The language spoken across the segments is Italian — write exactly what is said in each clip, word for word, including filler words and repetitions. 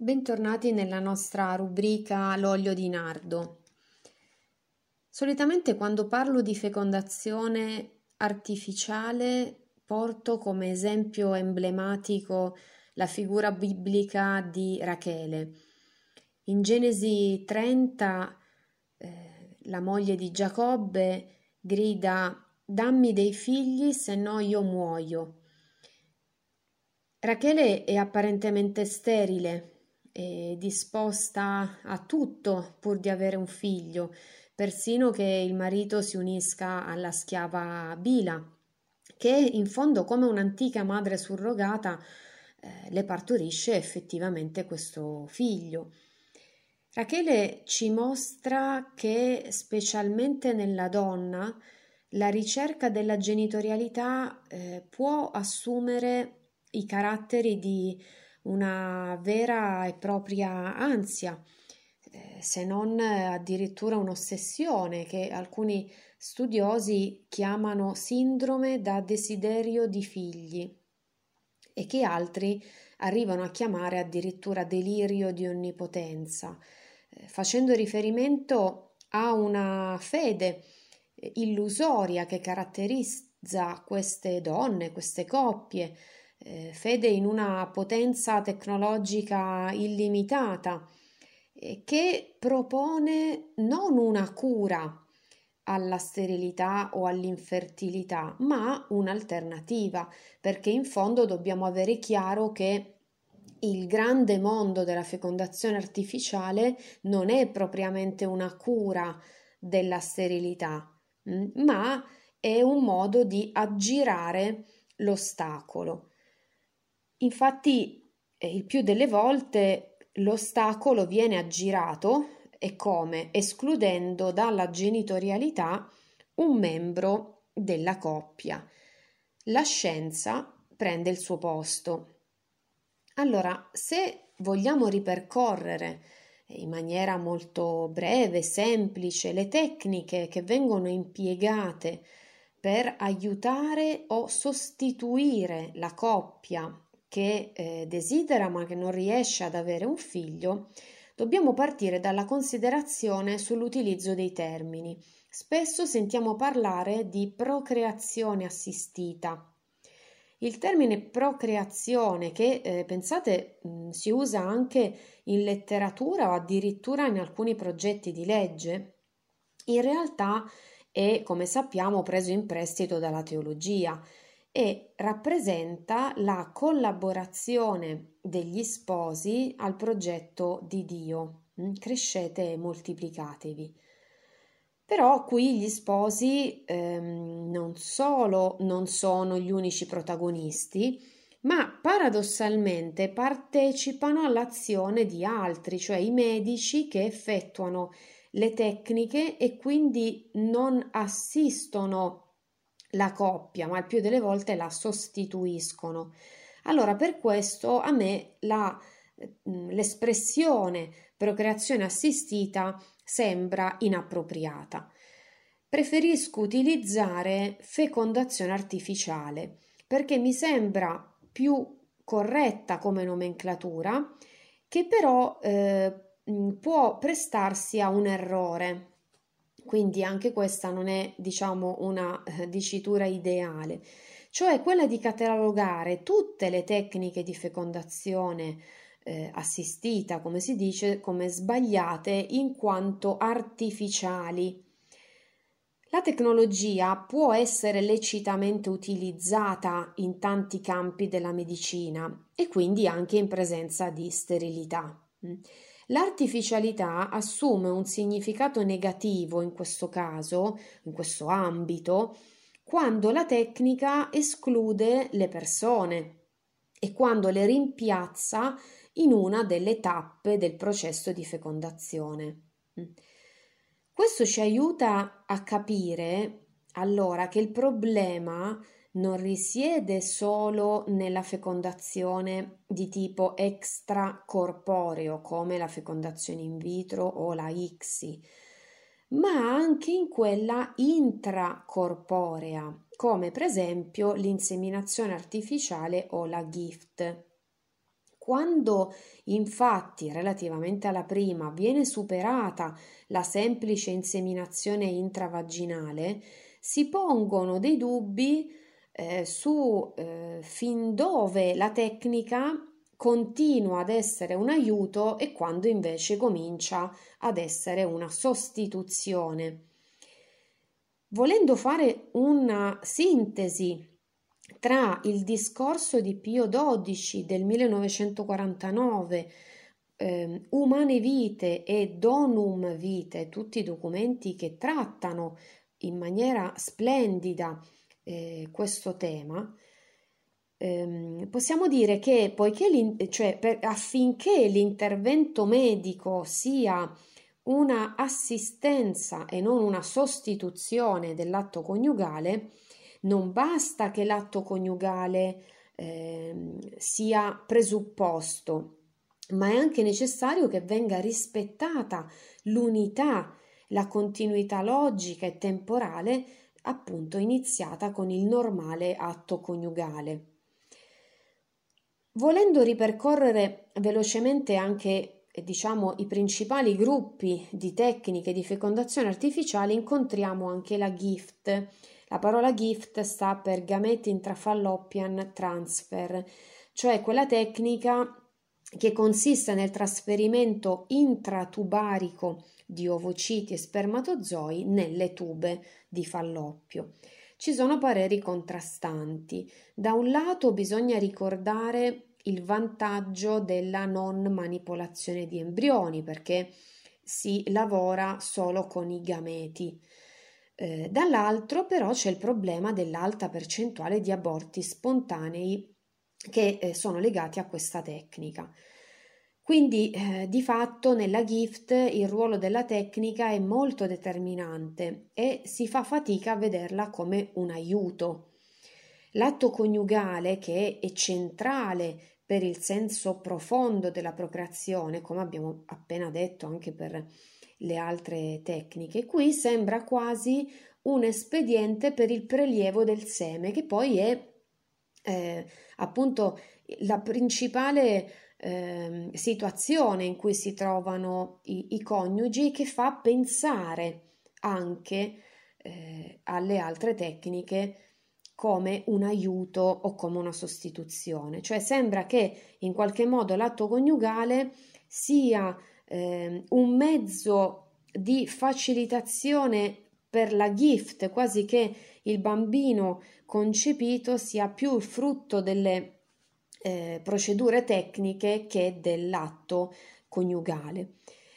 Bentornati nella nostra rubrica L'olio di nardo. Solitamente quando parlo di fecondazione artificiale porto come esempio emblematico la figura biblica di Rachele. In Genesi trenta eh, la moglie di Giacobbe grida: "Dammi dei figli, se no io muoio". Rachele è apparentemente sterile e disposta a tutto pur di avere un figlio, persino che il marito si unisca alla schiava Bila, che in fondo, come un'antica madre surrogata, eh, le partorisce effettivamente questo figlio. Rachele ci mostra che, specialmente nella donna, la ricerca della genitorialità eh, può assumere i caratteri di una vera e propria ansia, eh, se non addirittura un'ossessione che alcuni studiosi chiamano sindrome da desiderio di figli e che altri arrivano a chiamare addirittura delirio di onnipotenza, eh, facendo riferimento a una fede eh, illusoria che caratterizza queste donne, queste coppie, eh, fede in una potenza tecnologica illimitata, eh, che propone non una cura alla sterilità o all'infertilità, ma un'alternativa, perché in fondo dobbiamo avere chiaro che il grande mondo della fecondazione artificiale non è propriamente una cura della sterilità, ma è un modo di aggirare l'ostacolo. Infatti, il più delle volte l'ostacolo viene aggirato e come? Escludendo dalla genitorialità un membro della coppia. La scienza prende il suo posto. Allora, se vogliamo ripercorrere in maniera molto breve, semplice, le tecniche che vengono impiegate per aiutare o sostituire la coppia che eh, desidera ma che non riesce ad avere un figlio, dobbiamo partire dalla considerazione sull'utilizzo dei termini. Spesso sentiamo parlare di procreazione assistita. Il termine procreazione, che eh, pensate mh, si usa anche in letteratura o addirittura in alcuni progetti di legge, in realtà è, come sappiamo, preso in prestito dalla teologia e rappresenta la collaborazione degli sposi al progetto di Dio. Crescete e moltiplicatevi. Però qui gli sposi ehm, non solo non sono gli unici protagonisti, ma paradossalmente partecipano all'azione di altri, cioè i medici che effettuano le tecniche e quindi non assistono la coppia, ma il più delle volte la sostituiscono. Allora, per questo a me la, l'espressione procreazione assistita sembra inappropriata. Preferisco utilizzare fecondazione artificiale perché mi sembra più corretta come nomenclatura, che però eh, può prestarsi a un errore. Quindi anche questa non è, diciamo, una eh, dicitura ideale, cioè quella di catalogare tutte le tecniche di fecondazione eh, assistita, come si dice, come sbagliate in quanto artificiali. La tecnologia può essere lecitamente utilizzata in tanti campi della medicina e quindi anche in presenza di sterilità. L'artificialità assume un significato negativo in questo caso, in questo ambito, quando la tecnica esclude le persone e quando le rimpiazza in una delle tappe del processo di fecondazione. Questo ci aiuta a capire allora che il problema non risiede solo nella fecondazione di tipo extracorporeo, come la fecondazione in vitro o la I C S I, ma anche in quella intracorporea, come per esempio l'inseminazione artificiale o la G I F T. Quando infatti relativamente alla prima viene superata la semplice inseminazione intravaginale, si pongono dei dubbi eh, su eh, fin dove la tecnica continua ad essere un aiuto e quando invece comincia ad essere una sostituzione. Volendo fare una sintesi tra il discorso di Pio dodici del millenovecentoquarantanove, eh, Humane Vitae e Donum Vitae, tutti documenti che trattano in maniera splendida eh, questo tema, ehm, possiamo dire che poiché cioè, per, affinché l'intervento medico sia una assistenza e non una sostituzione dell'atto coniugale, non basta che l'atto coniugale eh, sia presupposto, ma è anche necessario che venga rispettata l'unità, la continuità logica e temporale appunto iniziata con il normale atto coniugale. Volendo ripercorrere velocemente anche diciamo i principali gruppi di tecniche di fecondazione artificiale, incontriamo anche la GIFT. La parola GIFT sta per Gamete Intrafallopian Transfer, cioè quella tecnica che consiste nel trasferimento intratubarico di ovociti e spermatozoi nelle tube di falloppio. Ci sono pareri contrastanti. Da un lato bisogna ricordare il vantaggio della non manipolazione di embrioni, perché si lavora solo con i gameti. Eh, dall'altro però c'è il problema dell'alta percentuale di aborti spontanei che eh, sono legati a questa tecnica. Quindi eh, di fatto nella GIFT il ruolo della tecnica è molto determinante e si fa fatica a vederla come un aiuto. L'atto coniugale, che è centrale per il senso profondo della procreazione, come abbiamo appena detto anche per le altre tecniche, qui sembra quasi un espediente per il prelievo del seme, che poi è eh, appunto la principale eh, situazione in cui si trovano i, i coniugi, che fa pensare anche eh, alle altre tecniche come un aiuto o come una sostituzione, cioè sembra che in qualche modo l'atto coniugale sia eh, un mezzo di facilitazione per la GIFT, quasi che il bambino concepito sia più il frutto delle eh, procedure tecniche che dell'atto coniugale.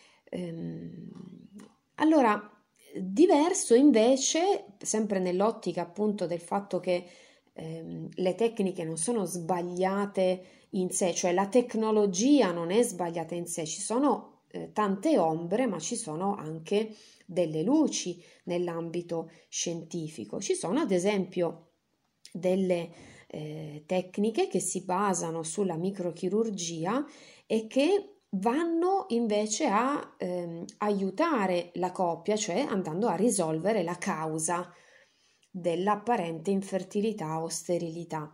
Ehm, allora, diverso invece, sempre nell'ottica appunto del fatto che ehm, le tecniche non sono sbagliate in sé, cioè la tecnologia non è sbagliata in sé, ci sono eh, tante ombre, ma ci sono anche delle luci nell'ambito scientifico. Ci sono ad esempio delle eh, tecniche che si basano sulla microchirurgia e che vanno invece a ehm, aiutare la coppia, cioè andando a risolvere la causa dell'apparente infertilità o sterilità.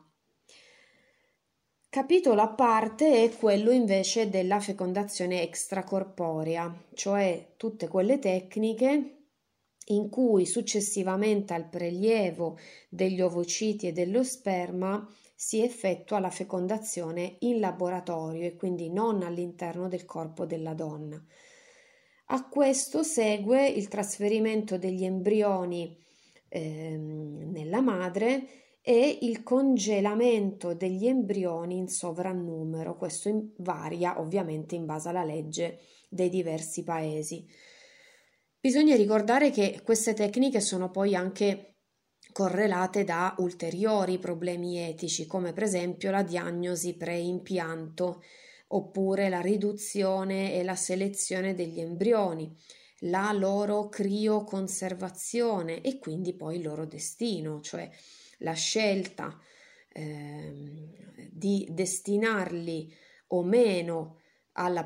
Capitolo a parte è quello invece della fecondazione extracorporea, cioè tutte quelle tecniche in cui successivamente al prelievo degli ovociti e dello sperma si effettua la fecondazione in laboratorio e quindi non all'interno del corpo della donna. A questo segue il trasferimento degli embrioni ehm, nella madre e il congelamento degli embrioni in sovrannumero. Questo in, varia ovviamente in base alla legge dei diversi paesi. Bisogna ricordare che queste tecniche sono poi anche correlate da ulteriori problemi etici, come per esempio la diagnosi pre-impianto, oppure la riduzione e la selezione degli embrioni, la loro crioconservazione e quindi poi il loro destino, cioè la scelta eh, di destinarli o meno alla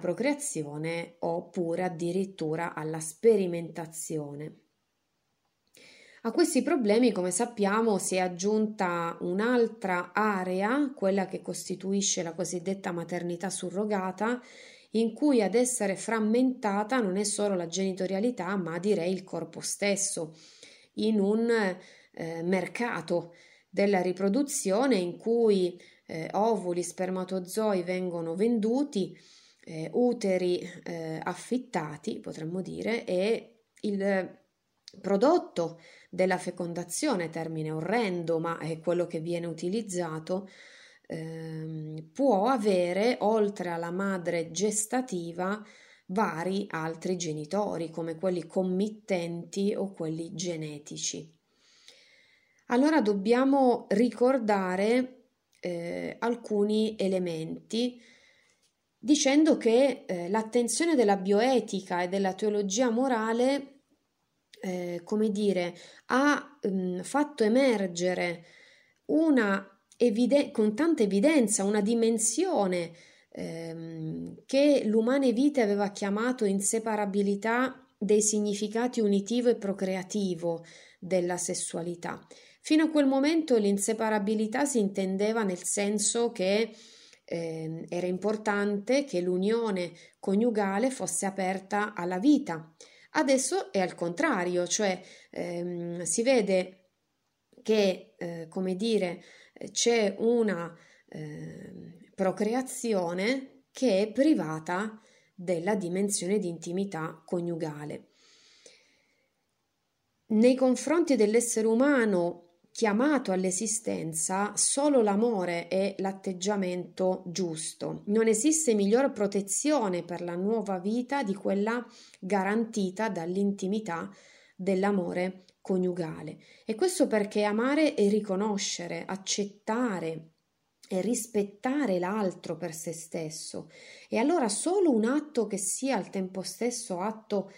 procreazione oppure addirittura alla sperimentazione. A questi problemi, come sappiamo, si è aggiunta un'altra area, quella che costituisce la cosiddetta maternità surrogata, in cui ad essere frammentata non è solo la genitorialità, ma direi il corpo stesso, in un eh, mercato della riproduzione in cui eh, ovuli, spermatozoi vengono venduti, eh, uteri eh, affittati, potremmo dire, e il prodotto della fecondazione, termine orrendo, ma è quello che viene utilizzato, ehm, può avere, oltre alla madre gestativa, vari altri genitori, come quelli committenti o quelli genetici. Allora dobbiamo ricordare eh, alcuni elementi dicendo che eh, l'attenzione della bioetica e della teologia morale, eh, come dire, ha mh, fatto emergere una evide- con tanta evidenza una dimensione ehm, che l'umane vita aveva chiamato inseparabilità dei significati unitivo e procreativo della sessualità. Fino a quel momento l'inseparabilità si intendeva nel senso che eh, era importante che l'unione coniugale fosse aperta alla vita. Adesso è al contrario, cioè ehm, si vede che, eh, come dire, c'è una eh, procreazione che è privata della dimensione di intimità coniugale. Nei confronti dell'essere umano chiamato all'esistenza, solo l'amore è l'atteggiamento giusto. Non esiste miglior protezione per la nuova vita di quella garantita dall'intimità dell'amore coniugale. E questo perché amare è riconoscere, accettare e rispettare l'altro per se stesso. E allora solo un atto che sia al tempo stesso atto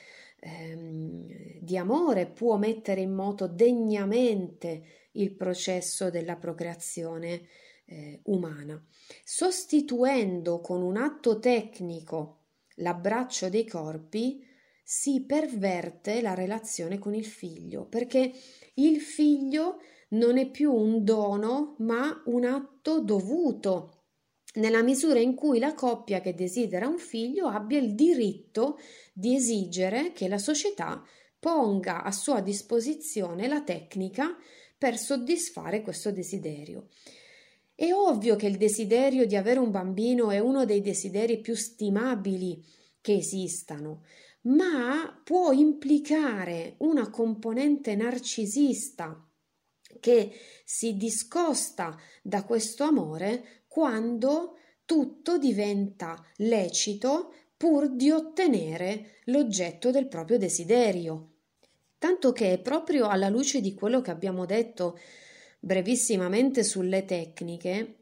ehm, di amore può mettere in moto degnamente il processo della procreazione eh, umana, sostituendo con un atto tecnico l'abbraccio dei corpi, si perverte la relazione con il figlio, perché il figlio non è più un dono, ma un atto dovuto, nella misura in cui la coppia che desidera un figlio abbia il diritto di esigere che la società ponga a sua disposizione la tecnica per soddisfare questo desiderio. È ovvio che il desiderio di avere un bambino è uno dei desideri più stimabili che esistano, ma può implicare una componente narcisista che si discosta da questo amore quando tutto diventa lecito pur di ottenere l'oggetto del proprio desiderio. Tanto che proprio alla luce di quello che abbiamo detto brevissimamente sulle tecniche,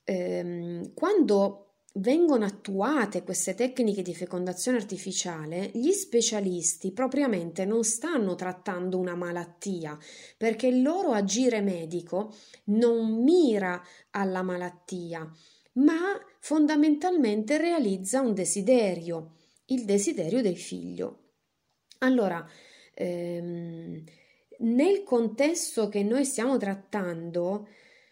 ehm, quando vengono attuate queste tecniche di fecondazione artificiale, gli specialisti propriamente non stanno trattando una malattia, perché il loro agire medico non mira alla malattia, ma fondamentalmente realizza un desiderio, il desiderio del figlio. Allora, ehm, nel contesto che noi stiamo trattando,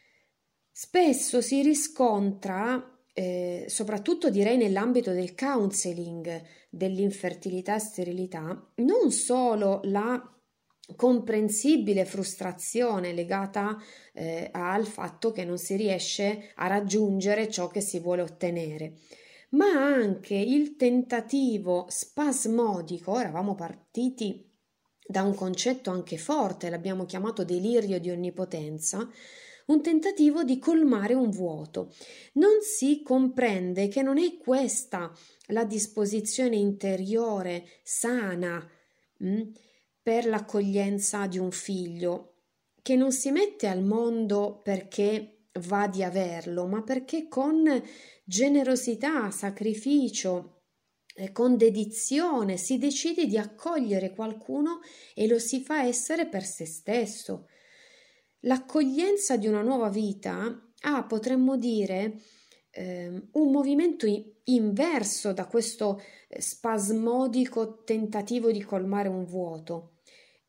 spesso si riscontra, eh, soprattutto direi nell'ambito del counseling, dell'infertilità e sterilità, non solo la comprensibile frustrazione legata eh, al fatto che non si riesce a raggiungere ciò che si vuole ottenere, ma anche il tentativo spasmodico. Eravamo partiti da un concetto anche forte, l'abbiamo chiamato delirio di onnipotenza, un tentativo di colmare un vuoto. Non si comprende che non è questa la disposizione interiore sana mh, per l'accoglienza di un figlio, che non si mette al mondo perché va di averlo, ma perché con generosità, sacrificio, eh, con dedizione si decide di accogliere qualcuno e lo si fa essere per se stesso. L'accoglienza di una nuova vita ha, potremmo dire, eh, un movimento inverso da questo spasmodico tentativo di colmare un vuoto.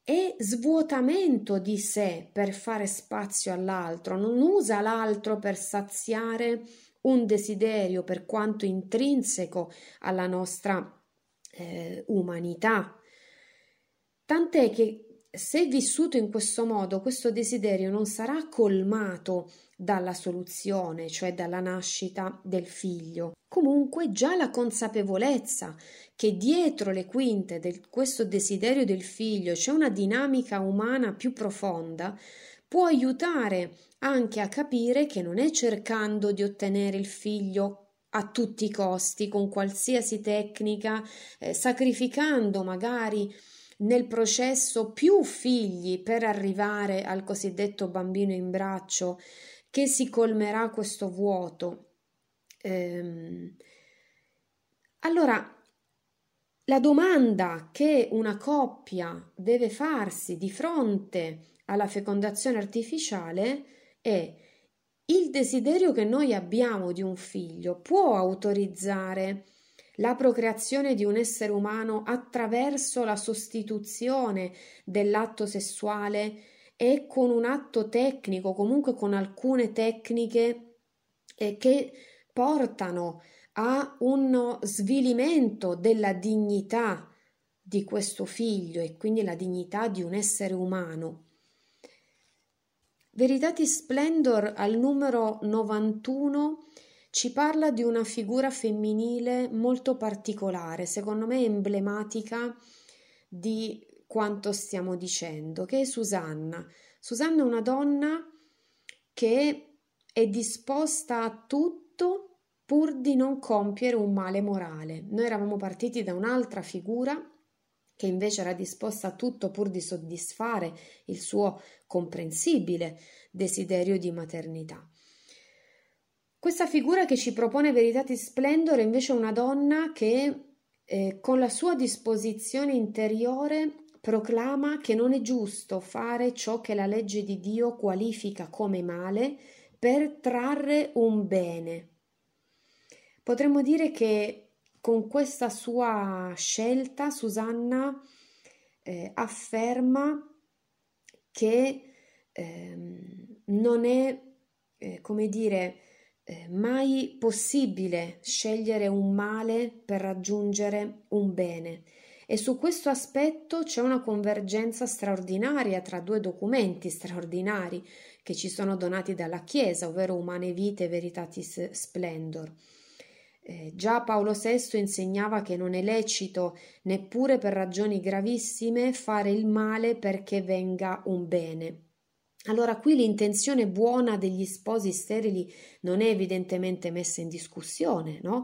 è svuotamento di sé per fare spazio all'altro, non usa l'altro per saziare un desiderio per quanto intrinseco alla nostra eh, umanità. Tant'è che se vissuto in questo modo, questo desiderio non sarà colmato dalla soluzione, cioè dalla nascita del figlio. Comunque già la consapevolezza che dietro le quinte di questo desiderio del figlio c'è una dinamica umana più profonda, può aiutare anche a capire che non è cercando di ottenere il figlio a tutti i costi, con qualsiasi tecnica, eh, sacrificando magari nel processo più figli per arrivare al cosiddetto bambino in braccio, che si colmerà questo vuoto. Ehm, allora, la domanda che una coppia deve farsi di fronte alla fecondazione artificiale è: il desiderio che noi abbiamo di un figlio può autorizzare la procreazione di un essere umano attraverso la sostituzione dell'atto sessuale e con un atto tecnico, comunque con alcune tecniche eh, che portano a uno svilimento della dignità di questo figlio e quindi la dignità di un essere umano. Veritatis Splendor al numero novantuno ci parla di una figura femminile molto particolare, secondo me emblematica di quanto stiamo dicendo, che è Susanna. Susanna è una donna che è disposta a tutto pur di non compiere un male morale. Noi eravamo partiti da un'altra figura che invece era disposta a tutto pur di soddisfare il suo comprensibile desiderio di maternità. Questa figura che ci propone Veritatis Splendor è invece una donna che eh, con la sua disposizione interiore proclama che non è giusto fare ciò che la legge di Dio qualifica come male per trarre un bene. Potremmo dire che con questa sua scelta Susanna eh, afferma che eh, non è, eh, come dire, eh, mai possibile scegliere un male per raggiungere un bene. E su questo aspetto c'è una convergenza straordinaria tra due documenti straordinari che ci sono donati dalla Chiesa, ovvero Humanae Vitae e Veritatis Splendor. Eh, già Paolo sesto insegnava che non è lecito, neppure per ragioni gravissime, fare il male perché venga un bene. Allora qui l'intenzione buona degli sposi sterili non è evidentemente messa in discussione, no?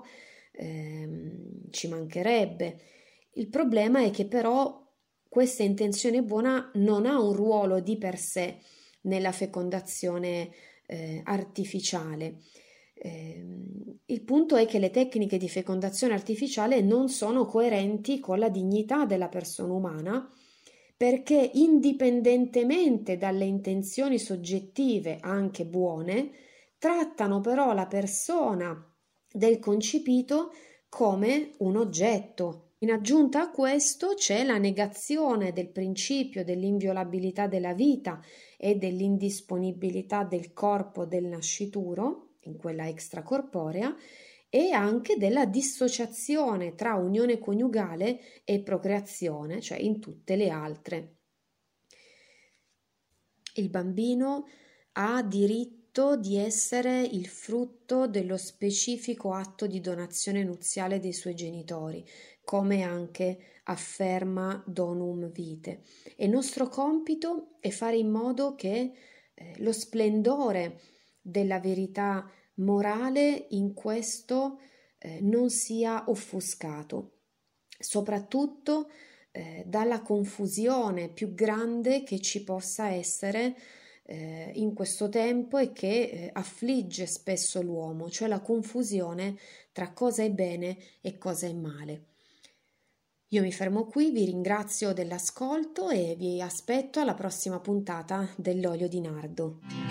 Eh, ci mancherebbe. Il problema è che però questa intenzione buona non ha un ruolo di per sé nella fecondazione eh, artificiale. Eh, il punto è che le tecniche di fecondazione artificiale non sono coerenti con la dignità della persona umana, perché indipendentemente dalle intenzioni soggettive, anche buone, trattano però la persona del concepito come un oggetto. In aggiunta a questo c'è la negazione del principio dell'inviolabilità della vita e dell'indisponibilità del corpo del nascituro, in quella extracorporea, e anche della dissociazione tra unione coniugale e procreazione, cioè in tutte le altre. Il bambino ha diritto di essere il frutto dello specifico atto di donazione nuziale dei suoi genitori, come anche afferma Donum Vitae. E il nostro compito è fare in modo che eh, lo splendore della verità morale in questo eh, non sia offuscato, soprattutto eh, dalla confusione più grande che ci possa essere eh, in questo tempo e che eh, affligge spesso l'uomo, cioè la confusione tra cosa è bene e cosa è male. Io mi fermo qui, vi ringrazio dell'ascolto e vi aspetto alla prossima puntata dell'olio di nardo.